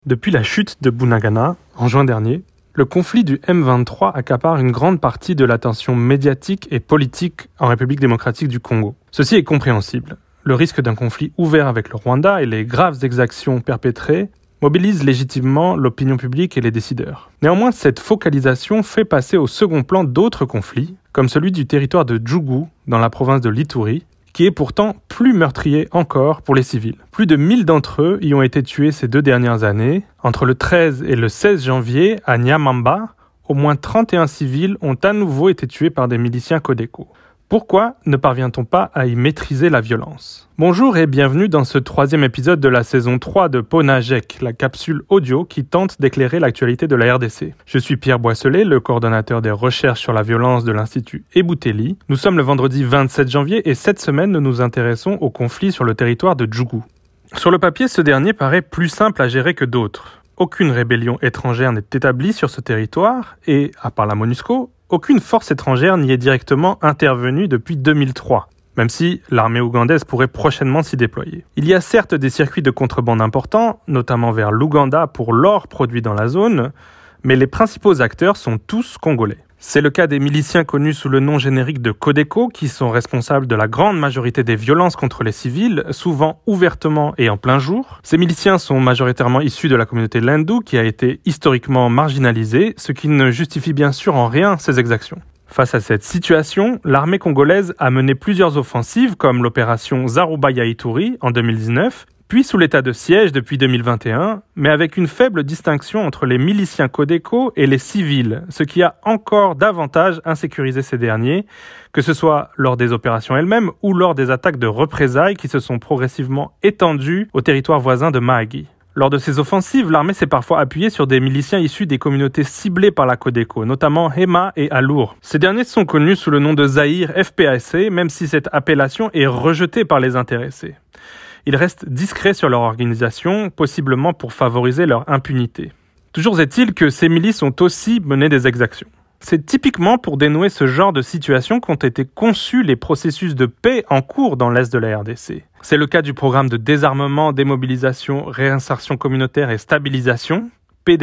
Depuis la chute de Bunagana, en juin dernier, le conflit du M23 accapare une grande partie de l'attention médiatique et politique en République démocratique du Congo. Ceci est compréhensible. Le risque d'un conflit ouvert avec le Rwanda et les graves exactions perpétrées mobilisent légitimement l'opinion publique et les décideurs. Néanmoins, cette focalisation fait passer au second plan d'autres conflits, comme celui du territoire de Djougou, dans la province de l'Ituri, qui est pourtant plus meurtrier encore pour les civils. Plus de 1000 d'entre eux y ont été tués ces 2 dernières années. Entre le 13 et le 16 janvier, à Nyamamba, au moins 31 civils ont à nouveau été tués par des miliciens Codeco. Pourquoi ne parvient-on pas à y maîtriser la violence ? Bonjour et bienvenue dans ce 3e épisode de la saison 3 de Ponajek, la capsule audio qui tente d'éclairer l'actualité de la RDC. Je suis Pierre Boisselet, le coordonnateur des recherches sur la violence de l'Institut Eboutelli. Nous sommes le vendredi 27 janvier et cette semaine, nous nous intéressons au conflit sur le territoire de Djougou. Sur le papier, ce dernier paraît plus simple à gérer que d'autres. Aucune rébellion étrangère n'est établie sur ce territoire et, à part la MONUSCO, aucune force étrangère n'y est directement intervenue depuis 2003, même si l'armée ougandaise pourrait prochainement s'y déployer. Il y a certes des circuits de contrebande importants, notamment vers l'Ouganda pour l'or produit dans la zone, mais les principaux acteurs sont tous congolais. C'est le cas des miliciens connus sous le nom générique de Codeco, qui sont responsables de la grande majorité des violences contre les civils, souvent ouvertement et en plein jour. Ces miliciens sont majoritairement issus de la communauté Lendu, qui a été historiquement marginalisée, ce qui ne justifie bien sûr en rien ces exactions. Face à cette situation, l'armée congolaise a mené plusieurs offensives, comme l'opération Zarubaya Ituri en 2019, puis sous l'état de siège depuis 2021, mais avec une faible distinction entre les miliciens Codeco et les civils, ce qui a encore davantage insécurisé ces derniers, que ce soit lors des opérations elles-mêmes ou lors des attaques de représailles qui se sont progressivement étendues au territoire voisin de Mahagi. Lors de ces offensives, l'armée s'est parfois appuyée sur des miliciens issus des communautés ciblées par la Codeco, notamment Hema et Alour. Ces derniers sont connus sous le nom de Zaïre FPAC, même si cette appellation est rejetée par les intéressés. Ils restent discrets sur leur organisation, possiblement pour favoriser leur impunité. Toujours est-il que ces milices ont aussi mené des exactions. C'est typiquement pour dénouer ce genre de situation qu'ont été conçus les processus de paix en cours dans l'Est de la RDC. C'est le cas du programme de désarmement, démobilisation, réinsertion communautaire et stabilisation,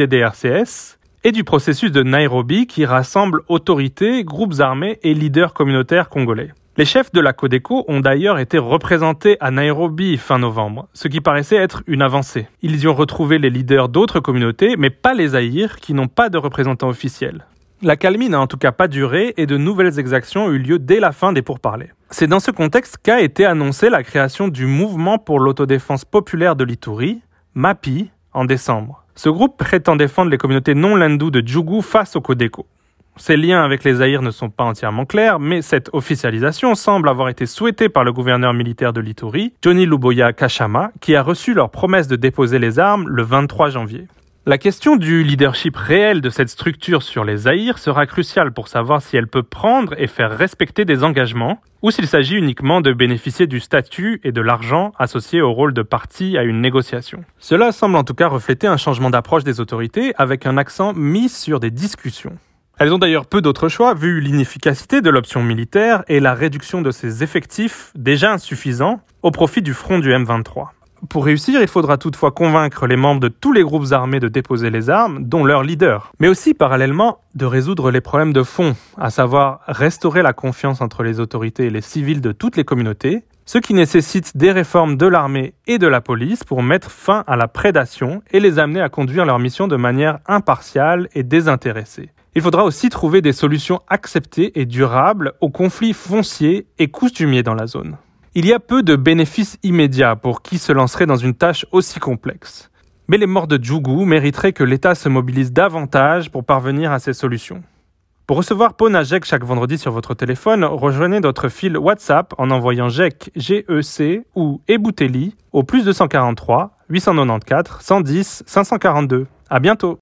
PDDRCS, et du processus de Nairobi qui rassemble autorités, groupes armés et leaders communautaires congolais. Les chefs de la Codeco ont d'ailleurs été représentés à Nairobi fin novembre, ce qui paraissait être une avancée. Ils y ont retrouvé les leaders d'autres communautés, mais pas les Zaïre, qui n'ont pas de représentants officiels. La calmie n'a en tout cas pas duré et de nouvelles exactions ont eu lieu dès la fin des pourparlers. C'est dans ce contexte qu'a été annoncée la création du Mouvement pour l'autodéfense populaire de l'Ituri, MAPI, en décembre. Ce groupe prétend défendre les communautés non Lendu de Djougou face aux Codeco. Ces liens avec les Zaïre ne sont pas entièrement clairs, mais cette officialisation semble avoir été souhaitée par le gouverneur militaire de l'Ituri, Johnny Luboya Kashama, qui a reçu leur promesse de déposer les armes le 23 janvier. La question du leadership réel de cette structure sur les Zaïre sera cruciale pour savoir si elle peut prendre et faire respecter des engagements, ou s'il s'agit uniquement de bénéficier du statut et de l'argent associés au rôle de partie à une négociation. Cela semble en tout cas refléter un changement d'approche des autorités avec un accent mis sur des discussions. Elles ont d'ailleurs peu d'autres choix, vu l'inefficacité de l'option militaire et la réduction de ses effectifs déjà insuffisants au profit du front du M23. Pour réussir, il faudra toutefois convaincre les membres de tous les groupes armés de déposer les armes, dont leur leader. Mais aussi, parallèlement, de résoudre les problèmes de fond, à savoir restaurer la confiance entre les autorités et les civils de toutes les communautés, ce qui nécessite des réformes de l'armée et de la police pour mettre fin à la prédation et les amener à conduire leur mission de manière impartiale et désintéressée. Il faudra aussi trouver des solutions acceptées et durables aux conflits fonciers et coutumiers dans la zone. Il y a peu de bénéfices immédiats pour qui se lancerait dans une tâche aussi complexe. Mais les morts de Djougou mériteraient que l'État se mobilise davantage pour parvenir à ces solutions. Pour recevoir Ponajek chaque vendredi sur votre téléphone, rejoignez notre fil WhatsApp en envoyant GEC, G-E-C ou Eboutelli au +243 894 110 542. À bientôt!